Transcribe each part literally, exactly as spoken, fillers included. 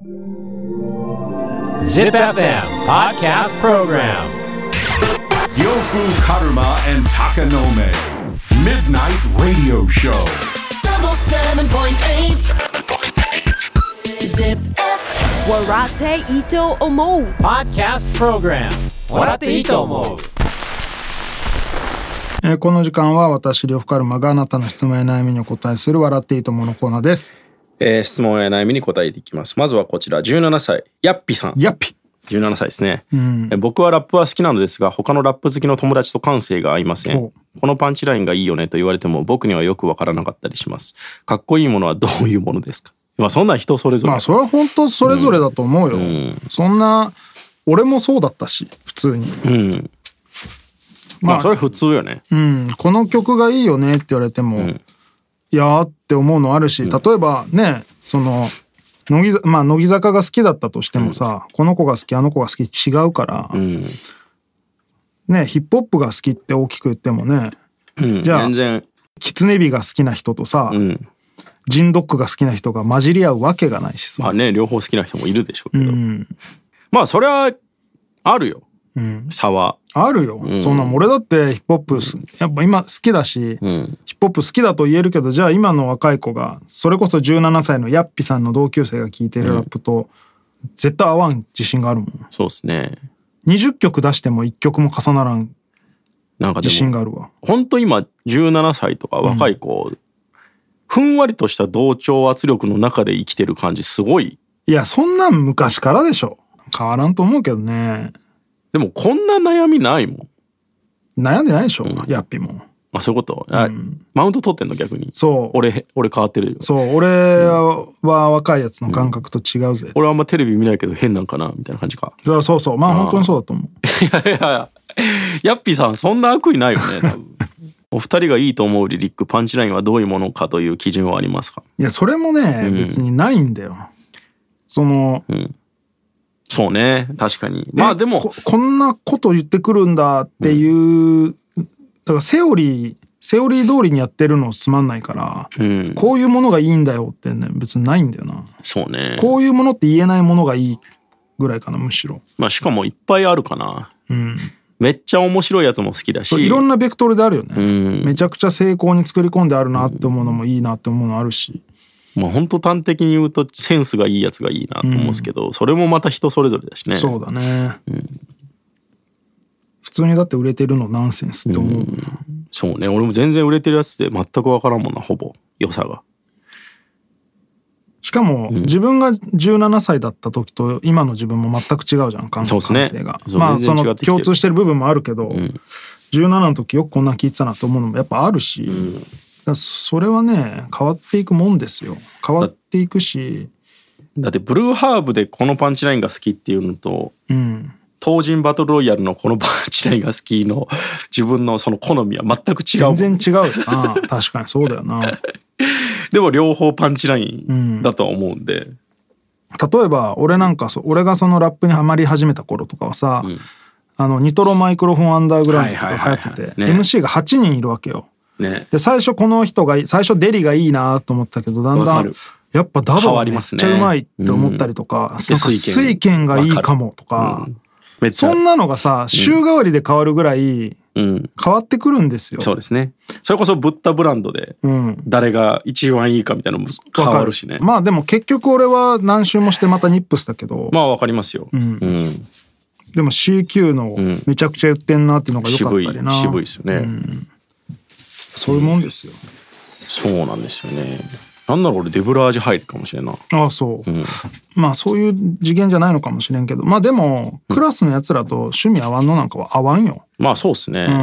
Zip エフエム Podcast Program Yofu Karuma and Takanome Midnight Radio Show Double seven point eight Zip エフエム Warate Ito Omo Podcast Program 笑っていいと思う。 えー、この時間は私呂布カルマがあなたの質問や悩みにお答えする笑っていいと思うのコーナーです。 えー、質問や悩みに答えていきます。まずはこちらじゅうななさいやっぴさん。 やっぴじゅうななさいですね、 うんえー、僕はラップは好きなのですが他のラップ好きの友達と感性が合いません。このパンチラインがいいよねと言われても僕にはよくわからなかったりします。かっこいいものはどういうものですか。まあそんな人それぞれ。 まあそれは本当それぞれだと思うよ、うん、そんな俺もそうだったし普通に、 うんまあ、まあそれ普通よね、 うん、この曲がいいよねって言われても、うん、いやーって思うのあるし、例えばねその乃木、まあ、乃木坂が好きだったとしてもさ、うん、この子が好きあの子が好き違うから、うん、ねヒップホップが好きって大きく言ってもね、うん、じゃあ全然キツネビが好きな人とさ、うん、ジンドックが好きな人が混じり合うわけがないしさ、 まあね両方好きな人もいるでしょうけど、うん、まあそれはあるよ、うん、差はあるよ、うん、そんな俺だってヒップホップやっぱ今好きだし、うん、ヒップホップ好きだと言えるけど、じゃあ今の若い子がそれこそじゅうななさいのヤッピさんの同級生が聴いてるラップと絶対合わん自信があるもん。 そうですね。 にじゅっきょく出してもいっきょくも重ならん自信があるわ。 本当今じゅうななさいとか若い子、うん、ふんわりとした同調圧力の中で生きてる感じすごい。 いやそんなん昔からでしょ。変わらんと思うけどね。 でもこんな悩みないもん。悩んでないでしょ、うん、ヤッピも。 あそういうこと、うん、マウント取ってんの逆に。 そう俺俺変わってるよ。 そう俺は若いやつの感覚と違うぜ、 うん、俺はあんまテレビ見ないけど変なんかなみたいな感じか。 いやそうそうまあ本当にそうだと思う。 いやいやいやヤッピさんそんな悪意ないよね多分。お二人がいいと思うリリックパンチラインはどういうものかという基準はありますか。 いやそれもね、うん、別にないんだよその、うんそうね確かに。まあでもこ, こんなこと言ってくるんだっていう、うん、だからセオリーセオリー通りにやってるのつまんないから、うん、こういうものがいいんだよってね別にないんだよな。 そうねこういうものって言えないものがいいぐらいかなむしろ。 まあしかもいっぱいあるかな、うん、めっちゃ面白いやつも好きだしいろんなベクトルであるよね、うん、めちゃくちゃ成功に作り込んであるなって思うのもいいなって思うのあるし、 まあ本当端的に言うとセンスがいいやつがいいなと思うんですけど、うん、それもまた人それぞれだしね。 そうだね、うん、普通にだって売れてるのナンセンスって思う、うん、 そうね俺も全然売れてるやつで全く分からんもんなほぼ良さが。 しかも、うん、自分がじゅうななさいだった時と今の自分も全く違うじゃん感性が。そうですね。まあその共通してる部分もあるけど、うん、じゅうななの時よくこんなん聞いてたなと思うのもやっぱあるし、うんそれはね変わっていくもんですよ。変わっていくしだ, だってブルーハーブでこのパンチラインが好きっていうのと、うん、東人バトルロイヤルのこのパンチラインが好きの自分のその好みは全く違う。 全然違うよな確かにそうだよなでも両方パンチラインだとは思うんで、うん、 例えば俺なんかそ俺がそのラップにハマり始めた頃とかはさ、うん、あのニトロマイクロフォンアンダーグラウンドとか流行ってて エムシー がはちにんいるわけよ。ね、で最初この人が最初デリがいいなと思ったけどだんだんやっぱダブがめっちゃうまいって思ったりとか、うん、なんか水拳がいいかもとか、うん、そんなのがさ週替わりで変わるぐらい変わってくるんですよ、うん、 そうですね。それこそブッダブランドで誰が一番いいかみたいなのも変わるしね、 うん、まあでも結局俺は何周もしてまたニップスだけどまあわかりますよ、うんうん、 でも シーキュー のめちゃくちゃ言ってんなっていうのが良かったりな、 渋い渋いですよね、うんそういうもんですよ。 そうなんですよね。なんなら俺デブラージ入るかもしれんな。 ああそう、うん、まあそういう次元じゃないのかもしれんけどまあでもクラスのやつらと趣味合わんのなんかは合わんよ。 まあそうっすね、うん、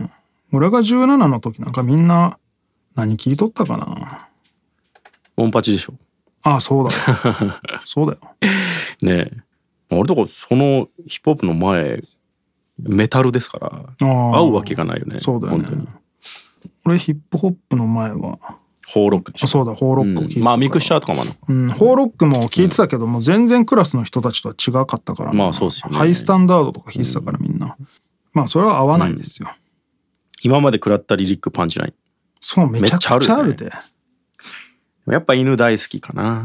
俺がじゅうななの時なんかみんな何聞いとったかな。 モンパチでしょ。 ああそうだそうだよねえ俺とかそのヒップホップの前メタルですから合うわけがないよね。 そうだよね。本当に俺ヒップホップの前はホーロックでしょ。 そうだホーロックを聞いてた、 うん、まあミクスチャーとかもある、 うん、ホーロックも聞いてたけども、うん、全然クラスの人たちとは違かったから、 まあそうですよね。 ハイスタンダードとか聞いてたからみんな、うん、まあそれは合わないですよ、うん、 今まで食らったリリックパンチラインそうめちゃくちゃあるで、ね、 やっぱ犬大好きかな。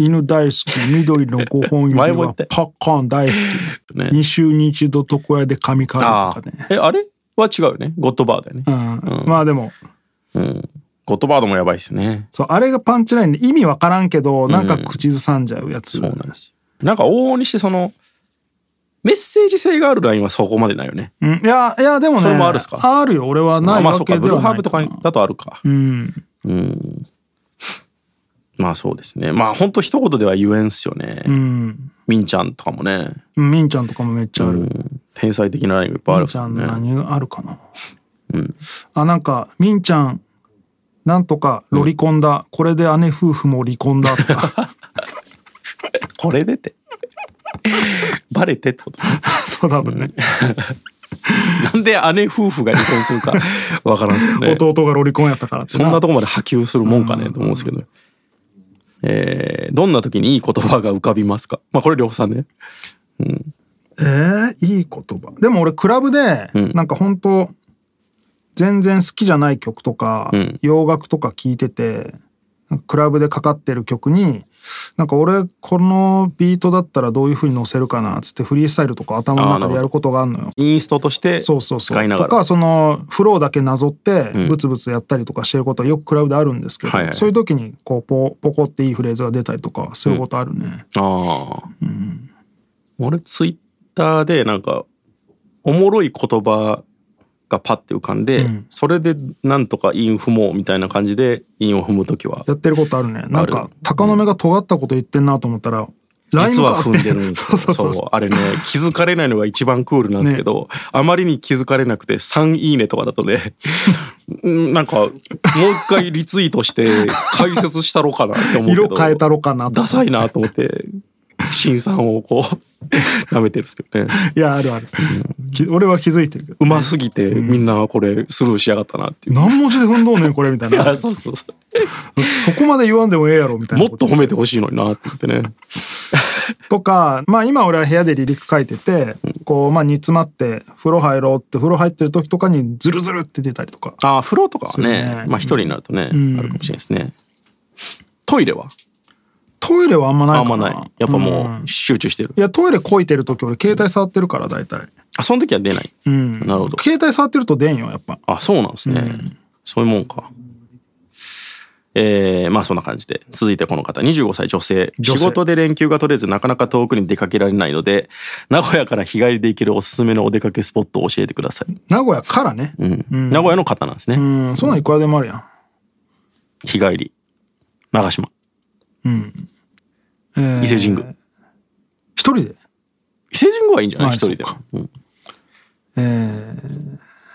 犬大好き、緑のごほん指はパッカーン大好き、ね、に週に一度床屋で髪刈るとかね。 えあれは違うよね。ゴッドバーだよね、 うんうん、まあでも、 うん、ゴッドバードもやばいですよね。 そうあれがパンチラインで意味わからんけどなんか口ずさんじゃうやつ、 うん、そうなんです。なんか往々にしてそのメッセージ性があるラインはそこまでないよね、 うん、いやいやでもね、 それもあるっすか。 あるよ。俺はないわけではないかな。まあそうか、ブルーハーブとかだとあるか。うん、うん、まあそうですね。まあ本当一言では言えんすよね、うん、みんちゃんとかもね。 みんちゃんとかもめっちゃある、うん、 天才的なラインがいっぱいあるっすよね。 みんちゃん何あるかな、うん、あなんかみんちゃんなんとかロリコンだ、うん、これで姉夫婦も離婚だとかこれでってバレてってことそうだもんね、 うん、なんで姉夫婦が離婚するかわからんすよね。 弟がロリコンやったからってそんなとこまで波及するもんかねと思うんですけど、えー、どんな時にいい言葉が浮かびますか。まあこれ両方さんね、うん、 えー、いい言葉でも俺クラブでなんか本当全然好きじゃない曲とか、うん、洋楽とか聴いててクラブでかかってる曲になんか俺このビートだったらどういう風に乗せるかなっつってフリースタイルとか頭の中でやることがあるのよ。 インストとして使いながら。そうそうそうとかそのフローだけなぞってブツブツやったりとかしてることはよくクラブであるんですけど、うんはいはい、そういう時にこうポポコっていいフレーズが出たりとかそういうことあるね、うん、ああ、 うん、俺ツイッターでなんかおもろい言葉がパッて浮かんで、うん、それでなんとか韻踏もうみたいな感じで韻を踏むときはやってることあるね。なんか鷹の目が尖ったこと言ってんなと思ったら、うん、 実は踏んでるんですよ。そうそうそうそうあれね気づかれないのが一番クールなんですけど、ね、あまりに気づかれなくてさんいいねとかだとねなんかもう一回リツイートして解説したろかなって思うけど色変えたろかなダサいなと思って新さんをこう舐めてるんですけどね。 いやあるある、うん、俺は気づいてるけど、ね、 うますぎてみんなこれスルーしやがったなっていう、 何文字で踏んどんねんこれみたいな。いやそうそうそうそこまで言わんでもええやろみたいな。 もっと褒めてほしいのになって言ってねとかまあ今俺は部屋でリリック書いてて、うん、こうまあ煮詰まって風呂入ろうって風呂入ってる時とかにズルズルって出たりとか。 ああ風呂とかはね、ねまあ一人になるとね、うん、あるかもしれないですね。トイレはトイレはあんまないかな。 あんまない。やっぱもう集中してる。 うん、いやトイレこいてる時俺携帯触ってるから大体。 あその時は出ない。うん。なるほど。 携帯触ってると出んよやっぱ。 あそうなんですね。うん、そういうもんか。えー、まあそんな感じで続いてこの方にじゅうごさい女性。仕事で連休が取れずなかなか遠くに出かけられないので名古屋から日帰りで行けるおすすめのお出かけスポットを教えてください。 名古屋からね。 うん。うん、名古屋の方なんですね。 うん。そんなんいくらでもあるやん。 日帰り長島。うん。えー、伊勢神宮一人で伊勢神宮はいいんじゃない、まあ、一人で、うん、 えー、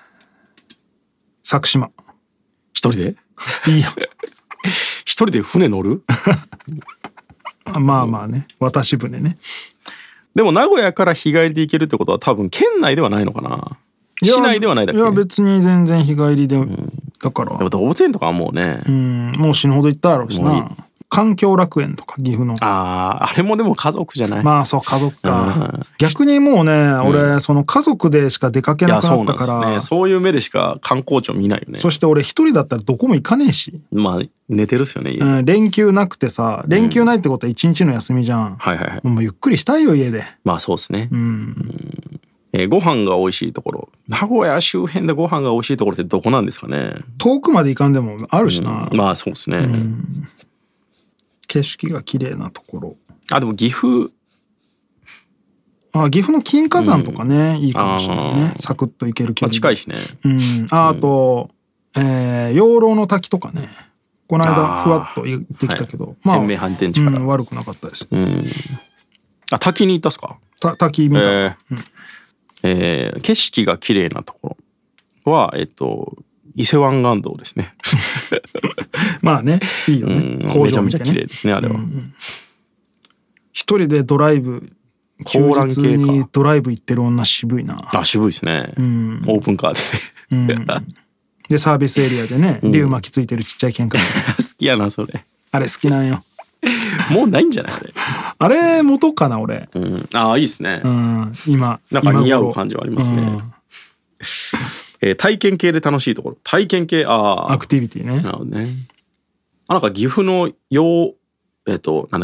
佐久島一人でいいや一人で船乗るまあまあね渡し船ね。 でも名古屋から日帰りで行けるってことは多分県内ではないのかな。市内ではないだっけ。 いや別に全然日帰りで、うん、だからでも動物園とかはもうね、 うん、もう死ぬほど行ったやろうしな。環境楽園とか岐阜のあああれもでも家族じゃない。 まあそう家族か、うん、逆にもうね、うん、俺その家族でしか出かけなくなったから、 そうなんですね、そういう目でしか観光地を見ないよね。 そして俺一人だったらどこも行かねえしまあ寝てるっすよね家、 うん、連休なくてさ連休ないってことは一日の休みじゃん、うん、はいはいはい。もうゆっくりしたいよ家で。 まあそうですね、うんうんえー、ご飯が美味しいところ名古屋周辺でご飯が美味しいところってどこなんですかね。 遠くまで行かんでもあるしな、 うん、まあそうですね、うん景色が綺麗なところ。 あでも岐阜あ岐阜の金華山とかね、うん、いいかもしれないね。サクッと行ける距離、 まあ、近いしね、 うん、ああと、うんえー、養老の滝とかねこの間ふわっと行ってきたけど、はい、 まあ天明反転地から、 うん、悪くなかったです、うん、 あ滝に行ったっすか。 た滝見た、えーうんえー、景色が綺麗なところはえっと伊勢湾岸道ですねまあねいいよね、うん、 めちゃめちゃ綺麗ですねあれは、うん、 一人でドライブ休日にドライブ行ってる女渋いな。 あ渋いですね、うん、オープンカーでね、うん、 でサービスエリアでね竜巻ついてるちっちゃい喧嘩好きやなそれ。 あれ好きなんよもうないんじゃないあれあれ元かな俺、 うん、ああいいですね、 うん、今なんか似合う感じはありますね、うんえー、体験系で楽しいところ体験系ああアクティビティね。 なるほどね。あなんか岐阜の養えっ、ー、となんだっけ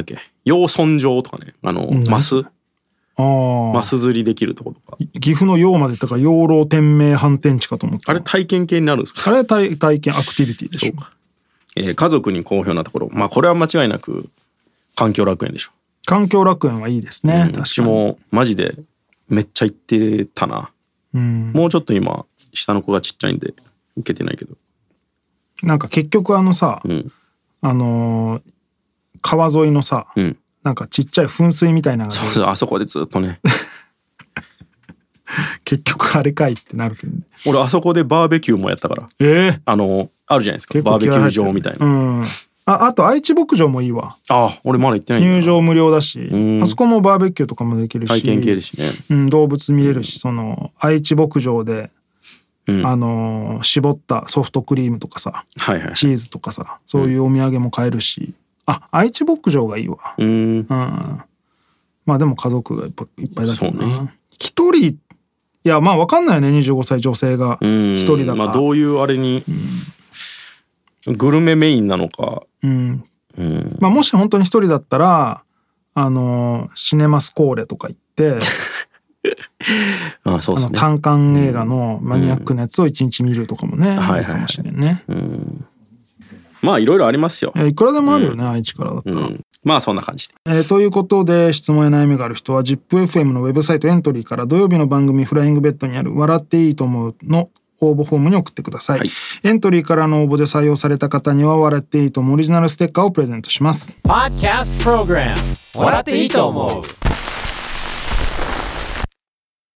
養豚場とかね、あの、うん、マスあマス釣りできるところとか。 岐阜の養まで行ったから養老天明反転地かと思った。 あれ体験系になるんですか？ あれ体体験アクティビティでしょ。そうか。 えー、家族に好評なところ、まあこれは間違いなく環境楽園でしょ。 環境楽園はいいですね。 うん、私もマジでめっちゃ行ってたな。うん、もうちょっと今下の子がちっちゃいんで受けてないけど。 なんか結局あのさ、うん、あのー、川沿いのさ、うん、なんかちっちゃい噴水みたいなのがそうそうあそこでずっとね結局あれかいってなるけど、ね、 俺あそこでバーベキューもやったから。 えー、 あのあるじゃないですかバーベキュー場みたいな、うん、 あ, あと愛知牧場もいいわ。 あ俺まだ行ってないんだ。 入場無料だし、あそこもバーベキューとかもできるし体験系ですしね、 うん、動物見れるし、その愛知牧場で、うん、あのー、絞ったソフトクリームとかさ、はいはい、チーズとかさそういうお土産も買えるし、うん、あ愛知牧場がいいわ。うん、うん、まあでも家族がいっぱいいっぱいだけどな。一、ね、人いやまあ分かんないよねにじゅうごさい女性が一人だから、 まあ、どういうあれに、うん、グルメメインなのか、 うんうんまあ、もし本当に一人だったらあのシネマスコーレとか行ってああそうですね、 あの単館映画のマニアックなやつを一日見るとかもね、うん、いいかもしれんね、はいはいはい、うんまあいろいろありますよ。 いやいくらでもあるよね、うん、愛知からだったら、うん、 まあそんな感じで、 えー、ということで質問や悩みがある人は ジップエフエム のウェブサイトエントリーから土曜日の番組フライングベッドにある笑っていいと思うの応募フォームに送ってください、はい、エントリーからの応募で採用された方には笑っていいと思うオリジナルステッカーをプレゼントします。 Podcast Program 笑っていいと思う